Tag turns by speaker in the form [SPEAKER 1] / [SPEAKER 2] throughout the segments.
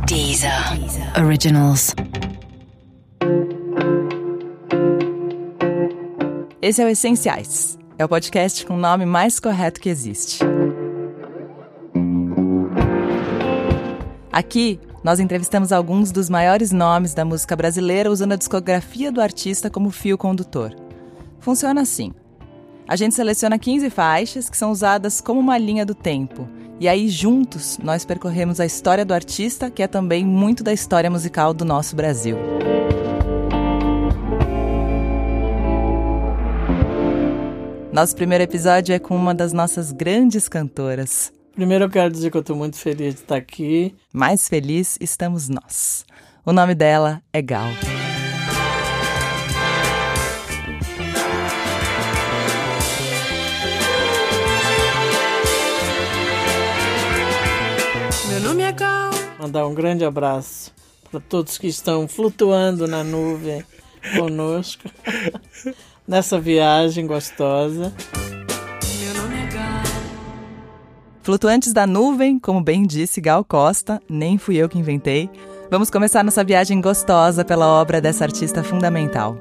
[SPEAKER 1] Deezer Originals. Esse é o Essenciais. É o podcast com o nome mais correto que existe. Aqui, nós entrevistamos alguns dos maiores nomes da música brasileira usando a discografia do artista como fio condutor. Funciona assim. A gente seleciona 15 faixas que são usadas como uma linha do tempo. E aí, juntos, nós percorremos a história do artista, que é também muito da história musical do nosso Brasil. Nosso primeiro episódio é com uma das nossas grandes cantoras.
[SPEAKER 2] Primeiro eu quero dizer que eu estou muito feliz de estar aqui.
[SPEAKER 1] Mais feliz estamos nós. O nome dela é Gal.
[SPEAKER 2] Meu nome é Gal. Mandar um grande abraço para todos que estão flutuando na nuvem conosco nessa viagem gostosa.
[SPEAKER 1] Meu nome é Gal. Flutuantes da nuvem, como bem disse Gal Costa, nem fui eu que inventei. Vamos começar nossa viagem gostosa pela obra dessa artista fundamental.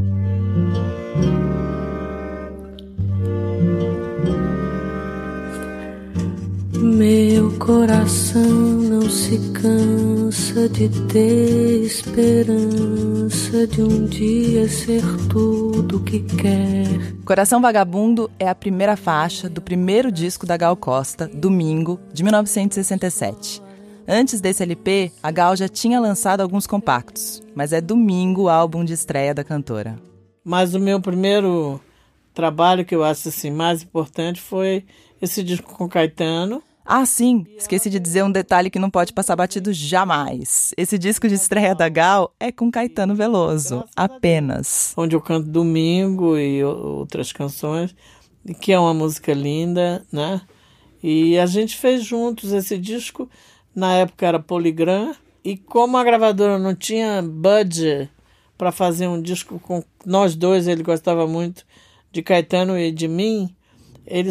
[SPEAKER 3] Meu coração não se cansa de ter esperança de um dia ser tudo que quer.
[SPEAKER 1] Coração Vagabundo é a primeira faixa do primeiro disco da Gal Costa, Domingo, de 1967. Antes desse LP, a Gal já tinha lançado alguns compactos, mas é Domingo o álbum de estreia da cantora.
[SPEAKER 2] Mas o meu primeiro trabalho, que eu acho assim, mais importante, foi esse disco com Caetano.
[SPEAKER 1] Ah, sim, esqueci de dizer um detalhe que não pode passar batido jamais. Esse disco de estreia da Gal é com Caetano Veloso, apenas.
[SPEAKER 2] Onde eu canto Domingo e outras canções, que é uma música linda, né? E a gente fez juntos esse disco, na época era Polygram, e como a gravadora não tinha budget para fazer um disco com nós dois, ele gostava muito de Caetano e de mim, ele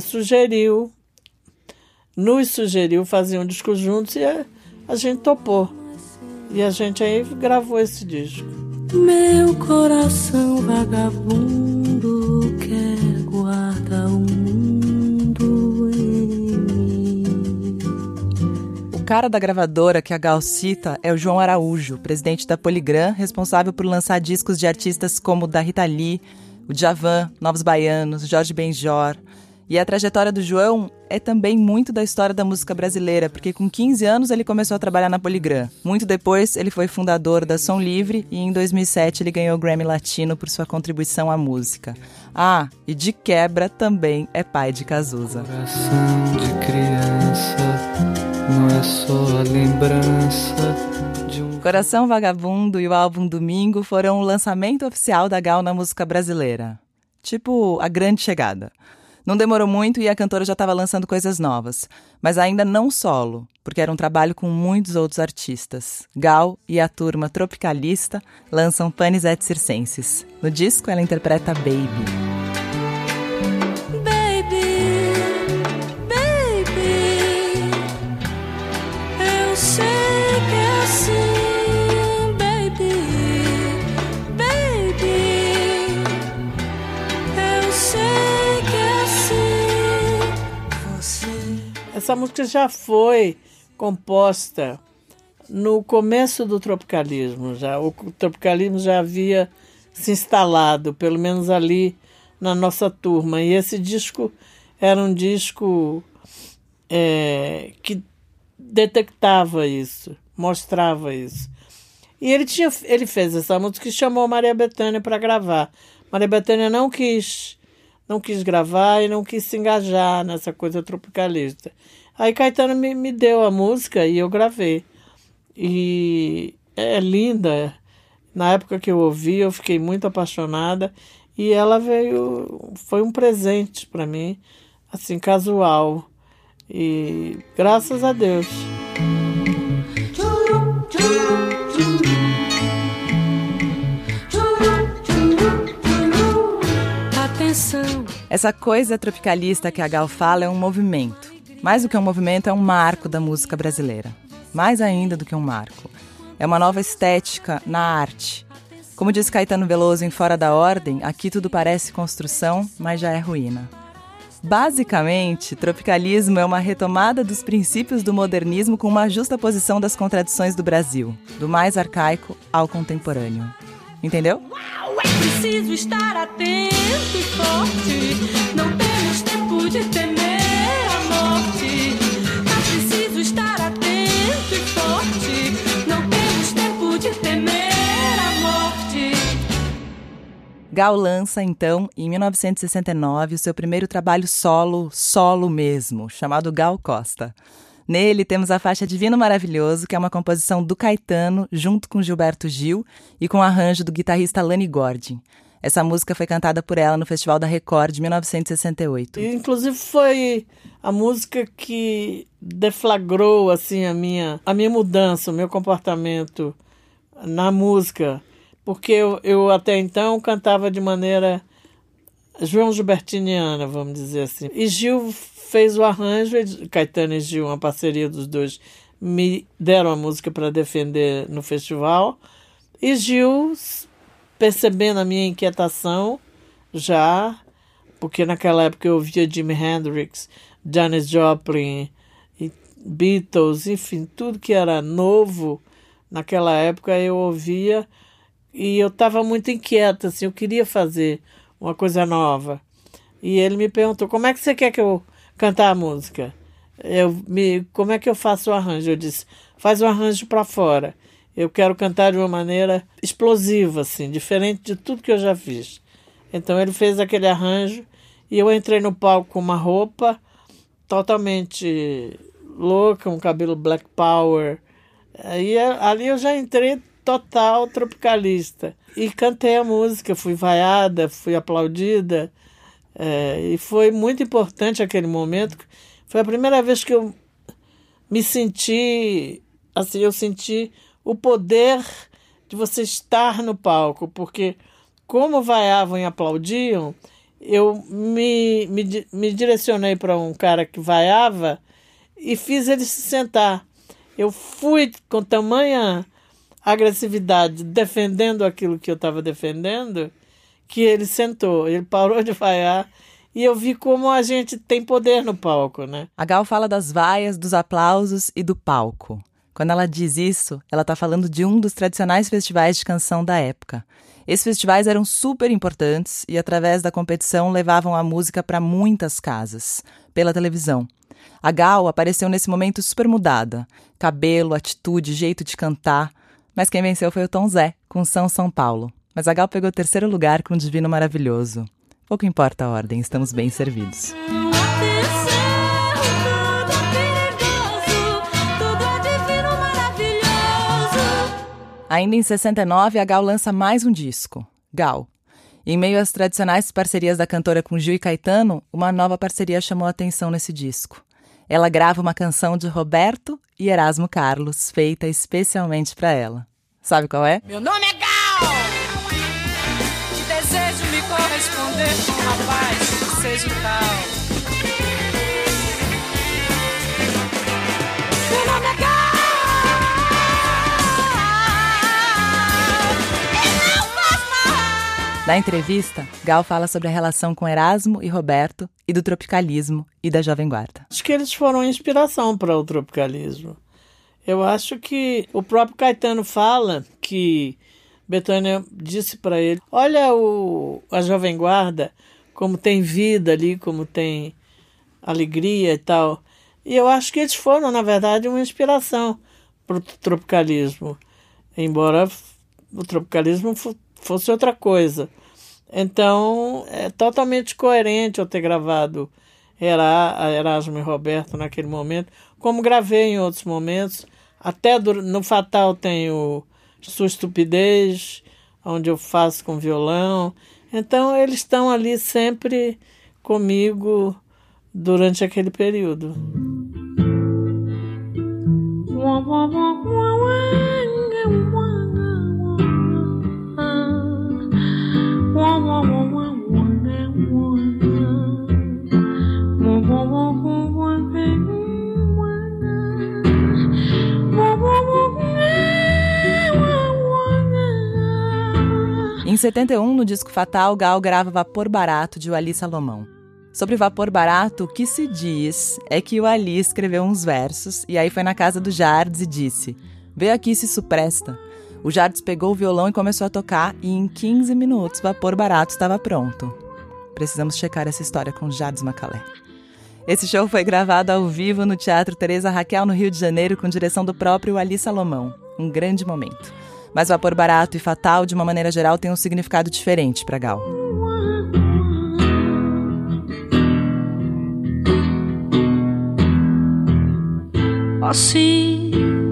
[SPEAKER 2] nos sugeriu fazer um disco juntos e a gente topou. E a gente aí gravou esse disco.
[SPEAKER 3] Meu coração vagabundo quer guardar o mundo em mim.
[SPEAKER 1] O cara da gravadora que a Gal cita é o João Araújo, presidente da Polygram, responsável por lançar discos de artistas como da Rita Lee, o Djavan, Novos Baianos, Jorge Benjor. E a trajetória do João é também muito da história da música brasileira, porque com 15 anos ele começou a trabalhar na Polygram. Muito depois, ele foi fundador da Som Livre e em 2007 ele ganhou o Grammy Latino por sua contribuição à música. Ah, e de quebra também é pai de Cazuza.
[SPEAKER 4] Coração de criança não é só a lembrança de um...
[SPEAKER 1] Coração Vagabundo e o álbum Domingo foram o lançamento oficial da Gal na música brasileira. Tipo, a grande chegada. Não demorou muito e a cantora já estava lançando coisas novas, mas ainda não solo, porque era um trabalho com muitos outros artistas. Gal e a turma Tropicalista lançam Panis et Circenses. No disco, ela interpreta Baby.
[SPEAKER 2] Essa música já foi composta no começo do tropicalismo. O tropicalismo já havia se instalado, pelo menos ali na nossa turma. E esse disco era um disco que detectava isso, mostrava isso. E ele fez essa música e chamou Maria Bethânia para gravar. Maria Bethânia não quis gravar e não quis se engajar nessa coisa tropicalista. Aí Caetano me deu a música e eu gravei. E é linda. Na época que eu ouvi, eu fiquei muito apaixonada. E ela foi um presente para mim, assim, casual. E graças a Deus.
[SPEAKER 1] Essa coisa tropicalista que a Gal fala é um movimento. Mais do que um movimento, é um marco da música brasileira. Mais ainda do que um marco. É uma nova estética na arte. Como diz Caetano Veloso em Fora da Ordem, aqui tudo parece construção, mas já é ruína. Basicamente, tropicalismo é uma retomada dos princípios do modernismo com uma justa posição das contradições do Brasil, do mais arcaico ao contemporâneo. Entendeu?
[SPEAKER 3] É preciso estar atento e forte, não temos tempo de temer a morte. É preciso estar atento e forte, não temos tempo de temer a morte.
[SPEAKER 1] Gal lança, então, em 1969, o seu primeiro trabalho solo mesmo, chamado Gal Costa. Nele temos a faixa Divino Maravilhoso, que é uma composição do Caetano, junto com Gilberto Gil e com arranjo do guitarrista Lani Gordin. Essa música foi cantada por ela no Festival da Record de 1968.
[SPEAKER 2] E, inclusive foi a música que deflagrou assim, a minha mudança, o meu comportamento na música. Porque eu até então cantava de maneira João Gilbertiniana, vamos dizer assim. E Gil fez o arranjo, Caetano e Gil, uma parceria dos dois, me deram a música para defender no festival. E Gil, percebendo a minha inquietação, já, porque naquela época eu ouvia Jimi Hendrix, Janis Joplin, e Beatles, enfim, tudo que era novo naquela época eu ouvia e eu estava muito inquieta, assim, eu queria fazer uma coisa nova. E ele me perguntou, como é que você quer que eu cantar a música? Como é que eu faço o arranjo? Eu disse, faz o arranjo para fora. Eu quero cantar de uma maneira explosiva, assim, diferente de tudo que eu já fiz. Então ele fez aquele arranjo e eu entrei no palco com uma roupa totalmente louca, um cabelo black power. Aí ali eu já entrei total tropicalista. E cantei a música, fui vaiada, fui aplaudida. E foi muito importante aquele momento. Foi a primeira vez que eu me senti, assim, eu senti o poder de você estar no palco, porque como vaiavam e aplaudiam, eu me direcionei para um cara que vaiava e fiz ele se sentar. Eu fui com tamanha agressividade defendendo aquilo que eu estava defendendo, que ele sentou, ele parou de vaiar e eu vi como a gente tem poder no palco, né?
[SPEAKER 1] A Gal fala das vaias, dos aplausos e do palco. Quando ela diz isso, ela está falando de um dos tradicionais festivais de canção da época. Esses festivais eram super importantes e, através da competição, levavam a música para muitas casas, pela televisão. A Gal apareceu nesse momento super mudada. Cabelo, atitude, jeito de cantar. Mas quem venceu foi o Tom Zé, com São Paulo. Mas a Gal pegou o 3º lugar com Divino Maravilhoso. Pouco importa a ordem, estamos bem servidos. Ainda em 69, a Gal lança mais um disco, Gal. E em meio às tradicionais parcerias da cantora com Gil e Caetano, uma nova parceria chamou a atenção nesse disco. Ela grava uma canção de Roberto e Erasmo Carlos, feita especialmente para ela. Sabe qual é?
[SPEAKER 3] Meu nome é Gal! Que desejo me corresponder com um rapaz que seja tal. Meu nome é Gal!
[SPEAKER 1] Na entrevista, Gal fala sobre a relação com Erasmo e Roberto e do tropicalismo e da Jovem Guarda.
[SPEAKER 2] Acho que eles foram inspiração para o tropicalismo. Eu acho que o próprio Caetano fala que Bethânia disse para ele, olha a Jovem Guarda, como tem vida ali, como tem alegria e tal. E eu acho que eles foram, na verdade, uma inspiração para o tropicalismo, embora o tropicalismo fosse outra coisa. Então, é totalmente coerente eu ter gravado Erasmo e Roberto naquele momento, como gravei em outros momentos. Até no Fatal tem Sua Estupidez, onde eu faço com violão. Então, eles estão ali sempre comigo durante aquele período.
[SPEAKER 1] Em 71, no disco Fatal, Gal grava Vapor Barato, de Wally Salomão. Sobre Vapor Barato, o que se diz é que o Wally escreveu uns versos e aí foi na casa do Jardes e disse: "Vê aqui se isso presta." O Jardes pegou o violão e começou a tocar e em 15 minutos Vapor Barato estava pronto. Precisamos checar essa história com Jardes Macalé. Esse show foi gravado ao vivo no Teatro Teresa Raquel, no Rio de Janeiro, com direção do próprio Wally Salomão. Um grande momento. Mas Vapor Barato e Fatal, de uma maneira geral, têm um significado diferente para Gal.
[SPEAKER 3] Sim,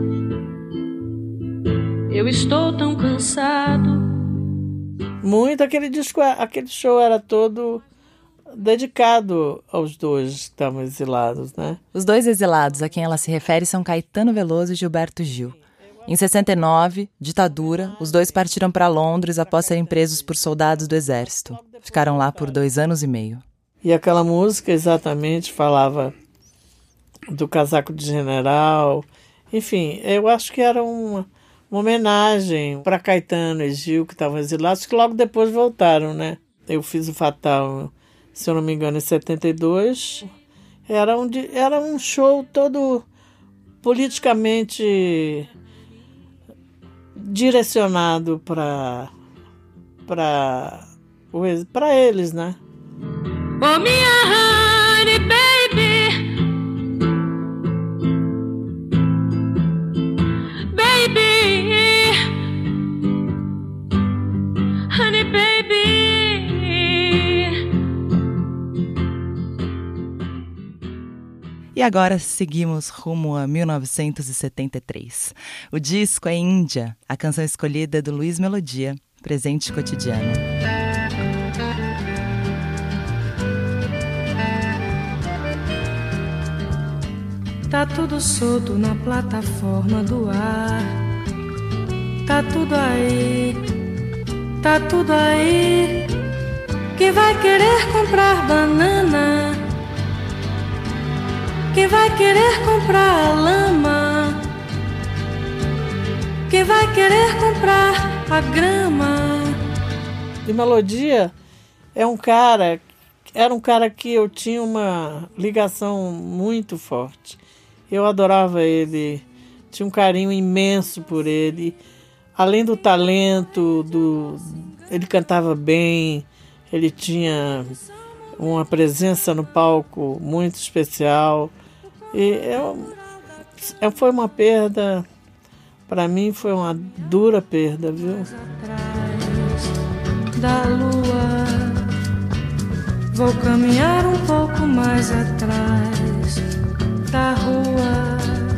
[SPEAKER 3] eu estou tão cansado.
[SPEAKER 2] Muito, aquele show era todo dedicado aos dois que estavam exilados, né?
[SPEAKER 1] Os dois exilados a quem ela se refere são Caetano Veloso e Gilberto Gil. Em 69, ditadura, os dois partiram para Londres após serem presos por soldados do exército. Ficaram lá por 2 anos e meio.
[SPEAKER 2] E aquela música exatamente falava do casaco de general. Enfim, eu acho que era uma homenagem para Caetano e Gil, que estavam exilados, que logo depois voltaram, né? Eu fiz o Fatal, se eu não me engano, em 72. Era um show todo politicamente direcionado para eles, né?
[SPEAKER 3] Oh, minha honey baby, baby, honey baby.
[SPEAKER 1] E agora seguimos rumo a 1973. O disco é Índia, a canção escolhida é do Luiz Melodia, Presente Cotidiano.
[SPEAKER 3] Tá tudo solto na plataforma do ar. Tá tudo aí, tá tudo aí. Quem vai querer comprar banana? Quem vai querer comprar a lama? Quem vai querer comprar a grama?
[SPEAKER 2] E Melodia era um cara que eu tinha uma ligação muito forte. Eu adorava ele, tinha um carinho imenso por ele. Além do talento, ele cantava bem, ele tinha uma presença no palco muito especial. E foi uma perda, para mim foi uma dura perda, viu?
[SPEAKER 3] Atrás da lua, vou caminhar um pouco mais atrás da rua.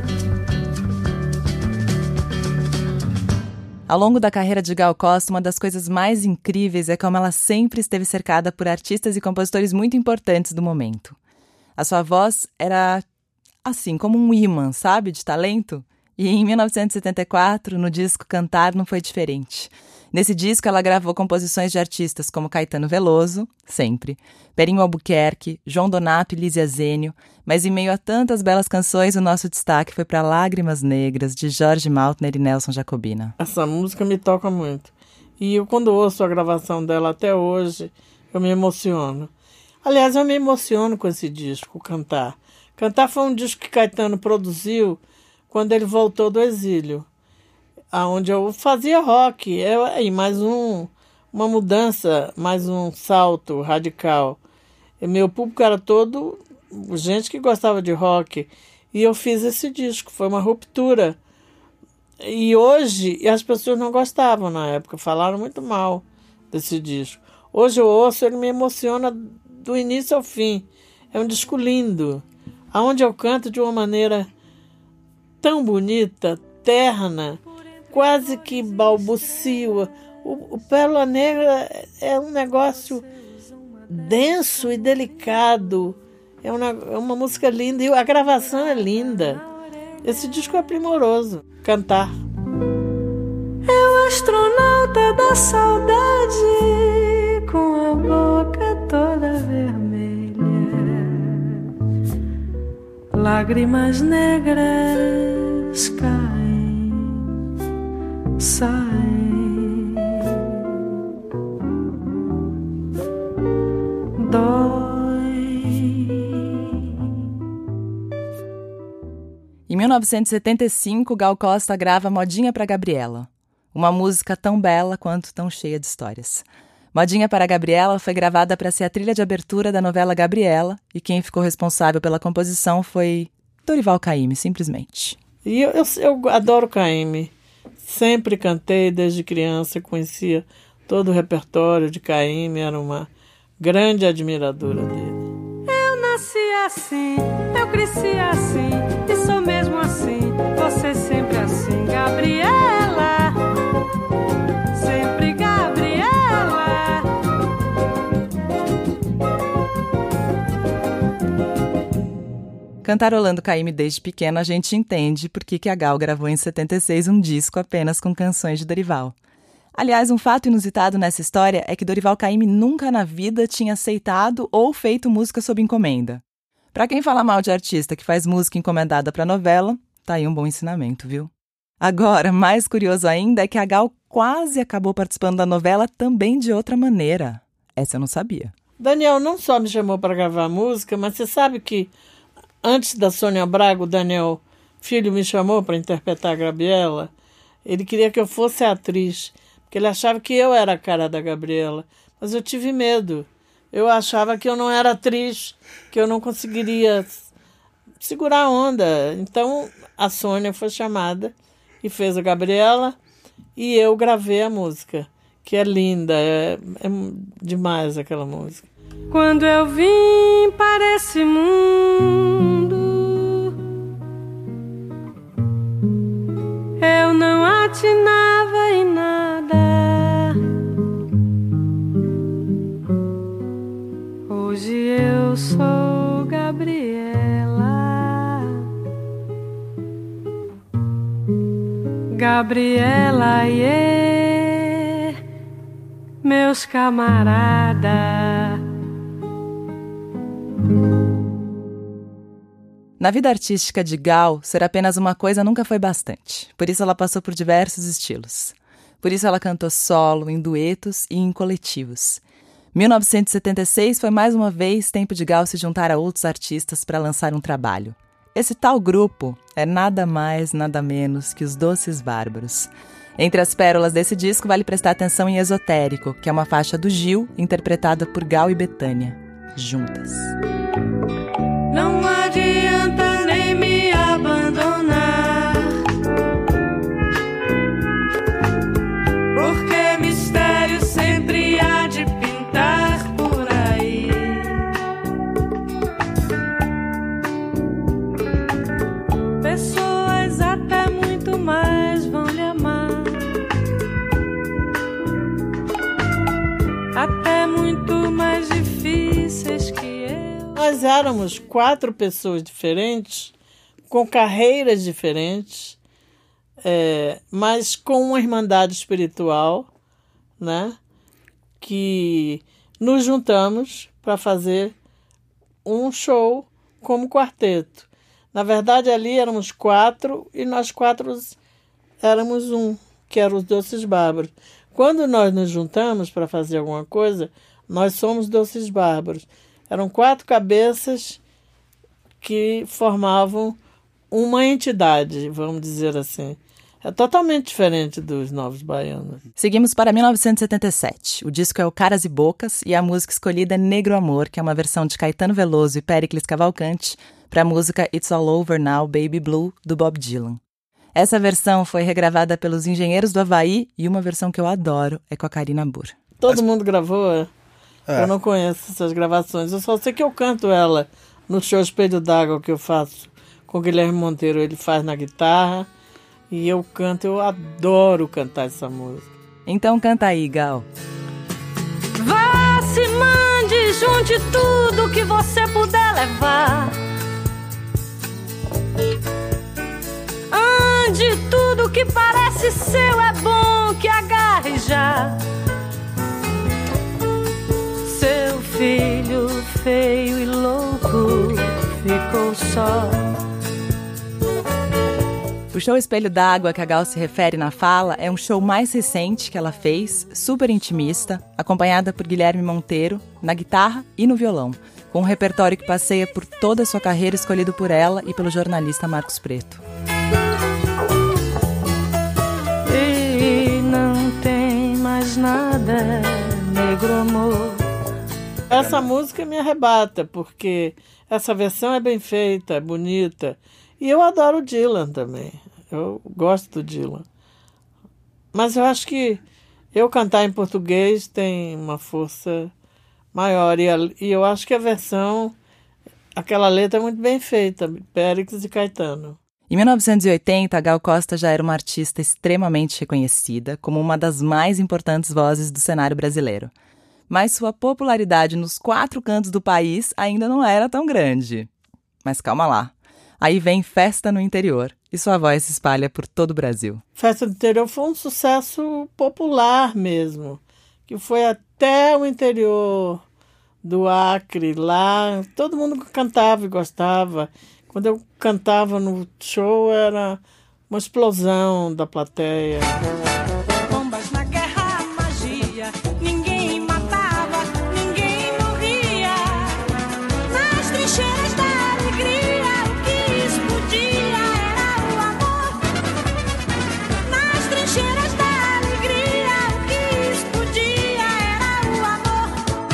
[SPEAKER 1] Ao longo da carreira de Gal Costa, uma das coisas mais incríveis é como ela sempre esteve cercada por artistas e compositores muito importantes do momento. A sua voz era, assim, como um ímã, sabe, de talento? E em 1974, no disco Cantar, não foi diferente. Nesse disco, ela gravou composições de artistas como Caetano Veloso, sempre, Perinho Albuquerque, João Donato e Lísia Zênio, mas em meio a tantas belas canções, o nosso destaque foi para Lágrimas Negras, de Jorge Maltner e Nelson Jacobina.
[SPEAKER 2] Essa música me toca muito. E eu, quando ouço a gravação dela até hoje, eu me emociono. Aliás, eu me emociono com esse disco, Cantar. Cantar foi um disco que Caetano produziu quando ele voltou do exílio, onde eu fazia rock, mais uma mudança, mais um salto radical. E meu público era todo gente que gostava de rock, e eu fiz esse disco, foi uma ruptura. E hoje, as pessoas não gostavam na época, falaram muito mal desse disco. Hoje eu ouço, ele me emociona do início ao fim. É um disco lindo, onde eu canto de uma maneira tão bonita, terna, quase que balbucio. O Pérola Negra é um negócio denso e delicado. É uma música linda e a gravação é linda. Esse disco é primoroso. Cantar.
[SPEAKER 3] É o astronauta da saudade, com a boca toda vermelha, lágrimas negras caem, saem.
[SPEAKER 1] 1975, Gal Costa grava Modinha para Gabriela. Uma música tão bela quanto tão cheia de histórias. Modinha para Gabriela foi gravada para ser a trilha de abertura da novela Gabriela, e quem ficou responsável pela composição foi Dorival Caymmi, simplesmente.
[SPEAKER 2] E eu adoro Caymmi. Sempre cantei desde criança, conhecia todo o repertório de Caymmi, era uma grande admiradora dele.
[SPEAKER 3] Eu nasci assim, eu cresci assim, e sou mesmo assim, você sempre assim, Gabriela. Sempre Gabriela.
[SPEAKER 1] Cantarolando Caymmi desde pequena, a gente entende por que a Gal gravou em 76 um disco apenas com canções de Dorival. Aliás, um fato inusitado nessa história é que Dorival Caymmi nunca na vida tinha aceitado ou feito música sob encomenda. Pra quem fala mal de artista que faz música encomendada pra novela, tá aí um bom ensinamento, viu? Agora, mais curioso ainda é que a Gal quase acabou participando da novela também de outra maneira. Essa eu não sabia.
[SPEAKER 2] Daniel não só me chamou para gravar música, mas você sabe que antes da Sônia Braga, o Daniel Filho me chamou para interpretar a Gabriela. Ele queria que eu fosse atriz, porque ele achava que eu era a cara da Gabriela. Mas eu tive medo. Eu achava que eu não era atriz, que eu não conseguiria segurar a onda. Então a Sônia foi chamada e fez a Gabriela e eu gravei a música, que é linda, é demais aquela música.
[SPEAKER 3] Quando eu vim para esse mundo, eu não atinava em nada. Hoje eu sou Gabriela. Gabriela, yeah, meus camaradas.
[SPEAKER 1] Na vida artística de Gal, ser apenas uma coisa nunca foi bastante. Por isso ela passou por diversos estilos. Por isso ela cantou solo, em duetos e em coletivos. 1976 foi mais uma vez tempo de Gal se juntar a outros artistas para lançar um trabalho. Esse tal grupo é nada mais, nada menos que os Doces Bárbaros. Entre as pérolas desse disco vale prestar atenção em Esotérico, que é uma faixa do Gil, interpretada por Gal e Bethânia, juntas.
[SPEAKER 3] Não adianta nem me abandonar, porque mistério sempre há de pintar por aí. Pessoas até muito mais vão lhe amar, até muito mais difíceis que eu.
[SPEAKER 2] Nós éramos 4 pessoas diferentes, com carreiras diferentes, mas com uma irmandade espiritual, né? Que nos juntamos para fazer um show como quarteto. Na verdade, ali éramos 4 e nós 4 éramos um, que eram os Doces Bárbaros. Quando nós nos juntamos para fazer alguma coisa, nós somos Doces Bárbaros. Eram 4 cabeças que formavam uma entidade, vamos dizer assim. É totalmente diferente dos Novos Baianos.
[SPEAKER 1] Seguimos para 1977. O disco é o Caras e Bocas e a música escolhida é Negro Amor, que é uma versão de Caetano Veloso e Péricles Cavalcante para a música It's All Over Now, Baby Blue, do Bob Dylan. Essa versão foi regravada pelos Engenheiros do Havaí e uma versão que eu adoro é com a Karina Burr.
[SPEAKER 2] Todo mundo gravou? Eu não conheço essas gravações. Eu só sei que eu canto ela no show Espelho d'Água que eu faço com o Guilherme Monteiro. Ele faz na guitarra e eu canto. Eu adoro cantar essa música.
[SPEAKER 1] Então canta aí, Gal.
[SPEAKER 3] Vá, se mande, junte tudo que você puder levar. Ande, tudo que parece seu é bom que agarre já. Seu filho feio e louco ficou só.
[SPEAKER 1] O show Espelho d'Água que a Gal se refere na fala é um show mais recente que ela fez, super intimista, acompanhada por Guilherme Monteiro, na guitarra e no violão, com um repertório que passeia por toda a sua carreira, escolhido por ela e pelo jornalista Marcos Preto.
[SPEAKER 3] E não tem mais nada, negro amor.
[SPEAKER 2] Essa música me arrebata, porque essa versão é bem feita, é bonita. E eu adoro o Dylan também. Eu gosto do Dylan. Mas eu acho que eu cantar em português tem uma força maior. E eu acho que a versão, aquela letra é muito bem feita, Périx e Caetano.
[SPEAKER 1] Em 1980, a Gal Costa já era uma artista extremamente reconhecida como uma das mais importantes vozes do cenário brasileiro. Mas sua popularidade nos 4 cantos do país ainda não era tão grande. Mas calma lá. Aí vem Festa no Interior e sua voz se espalha por todo o Brasil.
[SPEAKER 2] Festa no Interior foi um sucesso popular mesmo, que foi até o interior do Acre, lá. Todo mundo cantava e gostava. Quando eu cantava no show, era uma explosão da plateia.
[SPEAKER 3] Bombas na guerra, magia, ninguém matava, ninguém morria. Nas trincheiras da alegria, o que explodia era o amor. Nas trincheiras da alegria, o que explodia era o amor.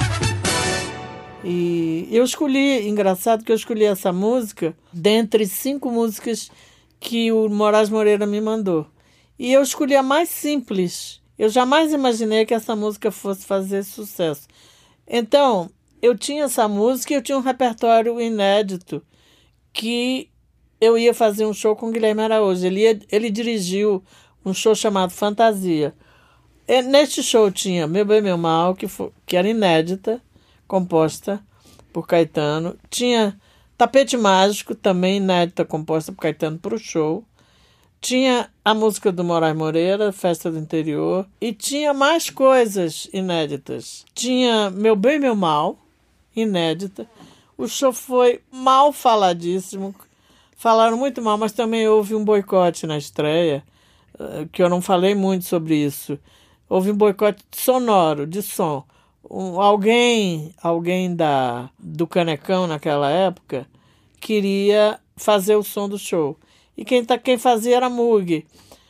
[SPEAKER 2] E eu escolhi, engraçado que eu escolhi essa música dentre 5 músicas que o Moraes Moreira me mandou. E eu escolhi a mais simples. Eu jamais imaginei que essa música fosse fazer sucesso. Então, eu tinha essa música e eu tinha um repertório inédito que eu ia fazer um show com o Guilherme Araújo. Ele dirigiu um show chamado Fantasia. Neste show tinha Meu Bem, Meu Mal, que era inédita, composta por Caetano. Tinha Tapete Mágico, também inédita, composta por Caetano para o show. Tinha a música do Moraes Moreira, Festa do Interior. E tinha mais coisas inéditas. Tinha Meu Bem, Meu Mal, inédita. O show foi mal faladíssimo. Falaram muito mal, mas também houve um boicote na estreia, que eu não falei muito sobre isso. Houve um boicote sonoro, de som. Alguém do Canecão naquela época queria fazer o som do show. E quem fazia era a Moog.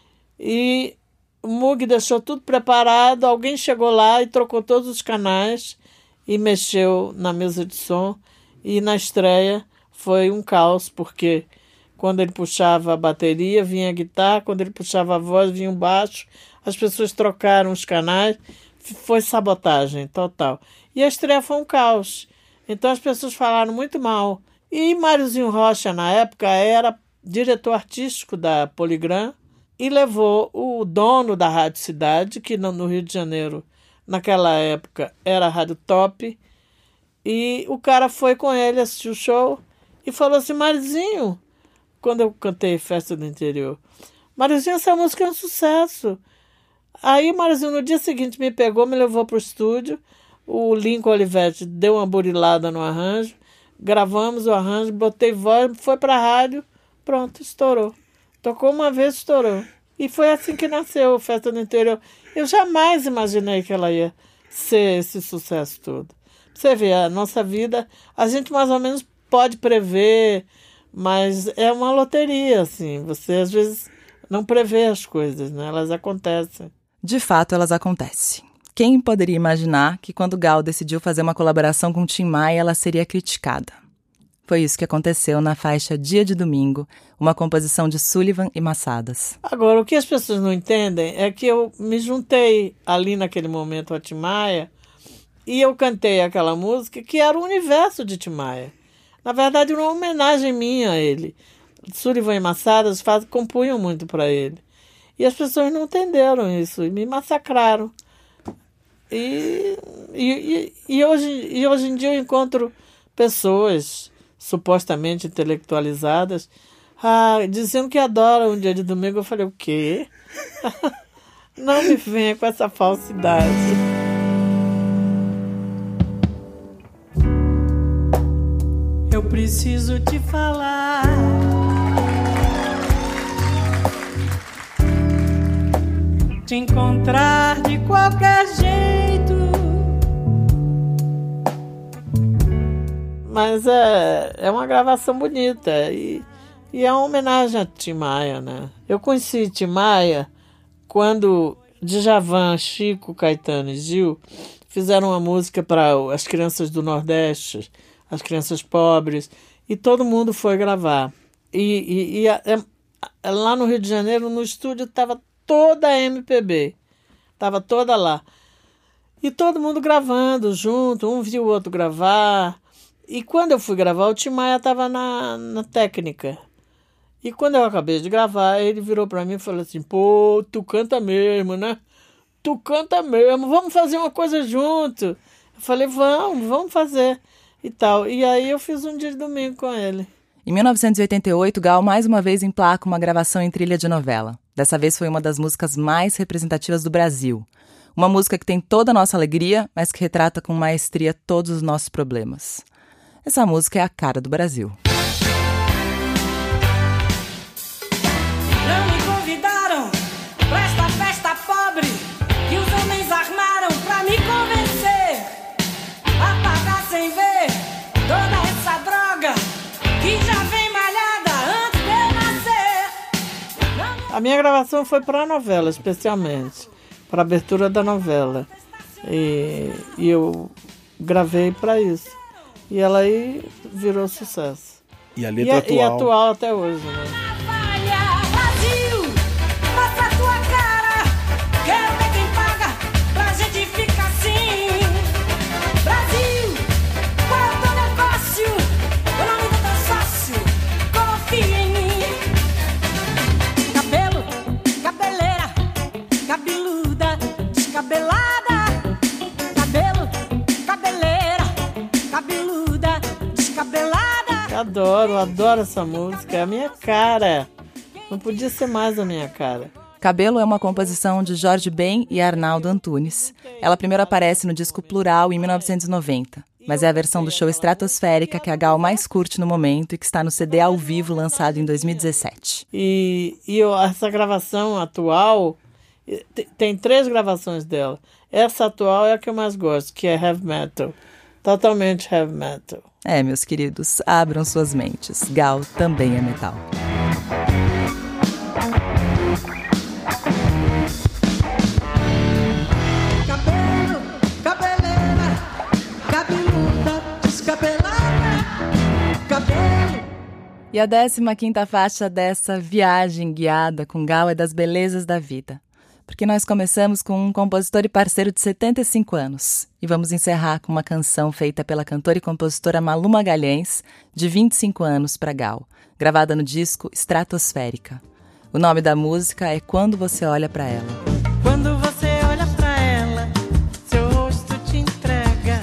[SPEAKER 2] E o Moog deixou tudo preparado, alguém chegou lá e trocou todos os canais e mexeu na mesa de som. E na estreia foi um caos, porque quando ele puxava a bateria, vinha a guitarra, quando ele puxava a voz, vinha o baixo. As pessoas trocaram os canais. Foi sabotagem total. E a estreia foi um caos. Então as pessoas falaram muito mal. E Máriozinho Rocha, na época, era diretor artístico da Poligram e levou o dono da Rádio Cidade, que no Rio de Janeiro, naquela época, era a Rádio Top. E o cara foi com ele, assistiu o show e falou assim: Máriozinho, quando eu cantei Festa do Interior, Máriozinho, essa música é um sucesso. Aí o Máriozinho, no dia seguinte, me pegou, me levou para o estúdio. O Lincoln Olivetti deu uma burilada no arranjo. Gravamos o arranjo, botei voz, foi para a rádio, pronto, estourou. Tocou uma vez, estourou. E foi assim que nasceu Festa do Interior. Eu jamais imaginei que ela ia ser esse sucesso todo. Você vê, a nossa vida, a gente mais ou menos pode prever, mas é uma loteria, assim. Você, às vezes, não prevê as coisas, né? Elas acontecem.
[SPEAKER 1] De fato, elas acontecem. Quem poderia imaginar que quando Gal decidiu fazer uma colaboração com Tim Maia, ela seria criticada? Foi isso que aconteceu na faixa Dia de Domingo, uma composição de Sullivan e Massadas.
[SPEAKER 2] Agora, o que as pessoas não entendem é que eu me juntei ali naquele momento a Tim Maia e eu cantei aquela música que era o universo de Tim Maia. Na verdade, uma homenagem minha a ele. Sullivan e Massadas compunham muito para ele. E as pessoas não entenderam isso e me massacraram. E hoje em dia eu encontro pessoas supostamente intelectualizadas dizendo que adoram um Dia de Domingo. Eu falei, o quê? Não me venha com essa falsidade.
[SPEAKER 3] Eu preciso te falar. Te encontrar de qualquer jeito.
[SPEAKER 2] Mas é uma gravação bonita e é uma homenagem a Tim Maia, né? Eu conheci Tim Maia quando Djavan, Chico, Caetano e Gil fizeram uma música para as crianças do Nordeste, as crianças pobres, e todo mundo foi gravar. Lá no Rio de Janeiro, no estúdio, estava toda a MPB, estava toda lá. E todo mundo gravando junto, um viu o outro gravar. E quando eu fui gravar, o Tim Maia estava na técnica. E quando eu acabei de gravar, ele virou para mim e falou assim: pô, tu canta mesmo, né? Tu canta mesmo, vamos fazer uma coisa junto. Eu falei, vamos fazer e tal. E aí eu fiz um dia de domingo com ele.
[SPEAKER 1] Em 1988, Gal mais uma vez emplaca uma gravação em trilha de novela. Dessa vez foi uma das músicas mais representativas do Brasil. Uma música que tem toda a nossa alegria, mas que retrata com maestria todos os nossos problemas. Essa música é a cara do Brasil.
[SPEAKER 3] Não me convidaram pra esta festa pobre que os homens armaram pra me convencer a pagar sem ver toda essa droga que já vem malhada antes de eu nascer.
[SPEAKER 2] A minha gravação foi para a novela, especialmente, para a abertura da novela. E eu gravei para isso. E ela aí virou sucesso.
[SPEAKER 5] E a letra atual.
[SPEAKER 2] E atual até hoje, né?
[SPEAKER 3] Brasil, mostra a tua cara. Quero ver quem paga pra gente ficar assim. Brasil, qual é o teu negócio? O nome do teu sócio, confia em mim. Cabelo, cabeleira, cabeluda, descabelada. Cabelo, cabeleira, cabeluda, descabelada.
[SPEAKER 2] Adoro essa música, é a minha cara. Não podia ser mais a minha cara.
[SPEAKER 1] Cabelo é uma composição de Jorge Ben e Arnaldo Antunes. Ela primeiro aparece no disco Plural em 1990, mas é a versão do show Estratosférica que a Gal mais curte no momento e que está no CD ao vivo lançado em 2017.
[SPEAKER 2] Essa gravação atual, tem 3 gravações dela. Essa atual é a que eu mais gosto, que é heavy metal. Totalmente heavy metal.
[SPEAKER 1] É, meus queridos, abram suas mentes. Gal também é metal.
[SPEAKER 3] Cabelo, cabeleira, cabeluda, descabelada. Cabelo.
[SPEAKER 1] E a 15ª faixa dessa viagem guiada com Gal é das belezas da vida. Porque nós começamos com um compositor e parceiro de 75 anos. E vamos encerrar com uma canção feita pela cantora e compositora Malu Magalhães, de 25 anos, para Gal, gravada no disco Estratosférica. O nome da música é Quando Você Olha Pra Ela.
[SPEAKER 3] Quando você olha pra ela, seu rosto te entrega.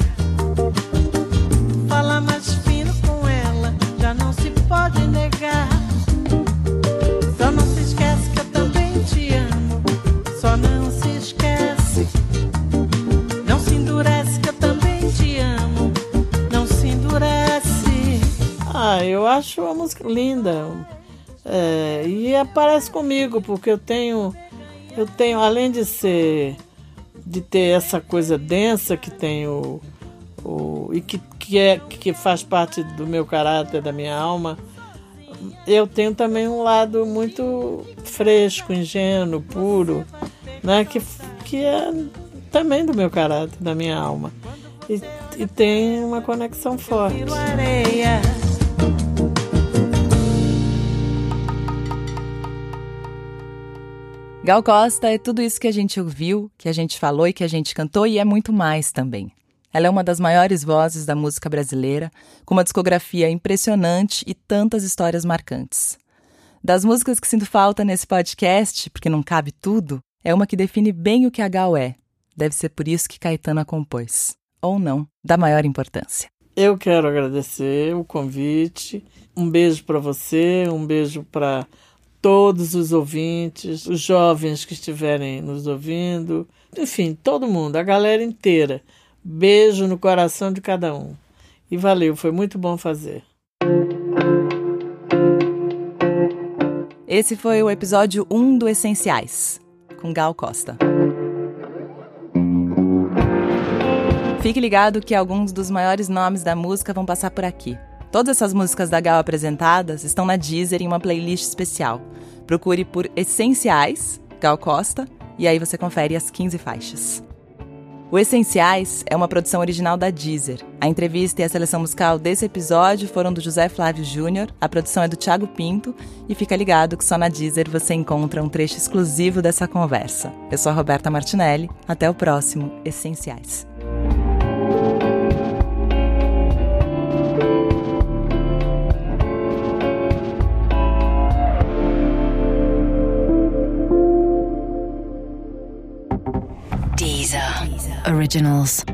[SPEAKER 3] Fala mais fino com ela, já não se pode negar. Só não se esquece que eu também te amo. Só não se esquece. Não se endurece que eu também te amo. Não se endurece.
[SPEAKER 2] Eu acho a música linda. E aparece comigo, porque eu tenho, além de ter essa coisa densa que tem e que faz parte do meu caráter, da minha alma, eu tenho também um lado muito fresco, ingênuo, puro, né, que é também do meu caráter, da minha alma, e tem uma conexão forte.
[SPEAKER 1] Gal Costa é tudo isso que a gente ouviu, que a gente falou e que a gente cantou, e é muito mais também. Ela é uma das maiores vozes da música brasileira, com uma discografia impressionante e tantas histórias marcantes. Das músicas que sinto falta nesse podcast, porque não cabe tudo, é uma que define bem o que a Gal é. Deve ser por isso que Caetano a compôs. Ou não, da maior importância.
[SPEAKER 2] Eu quero agradecer o convite. Um beijo para você, um beijo para todos os ouvintes, os jovens que estiverem nos ouvindo, enfim, todo mundo, a galera inteira. Beijo no coração de cada um. E valeu, foi muito bom fazer.
[SPEAKER 1] Esse foi o episódio 1 do Essenciais, com Gal Costa. Fique ligado que alguns dos maiores nomes da música vão passar por aqui. Todas essas músicas da Gal apresentadas estão na Deezer em uma playlist especial. Procure por Essenciais, Gal Costa, e aí você confere as 15 faixas. O Essenciais é uma produção original da Deezer. A entrevista e a seleção musical desse episódio foram do José Flávio Júnior, a produção é do Thiago Pinto, e fica ligado que só na Deezer você encontra um trecho exclusivo dessa conversa. Eu sou a Roberta Martinelli, até o próximo Essenciais.
[SPEAKER 5] Deezer Originals.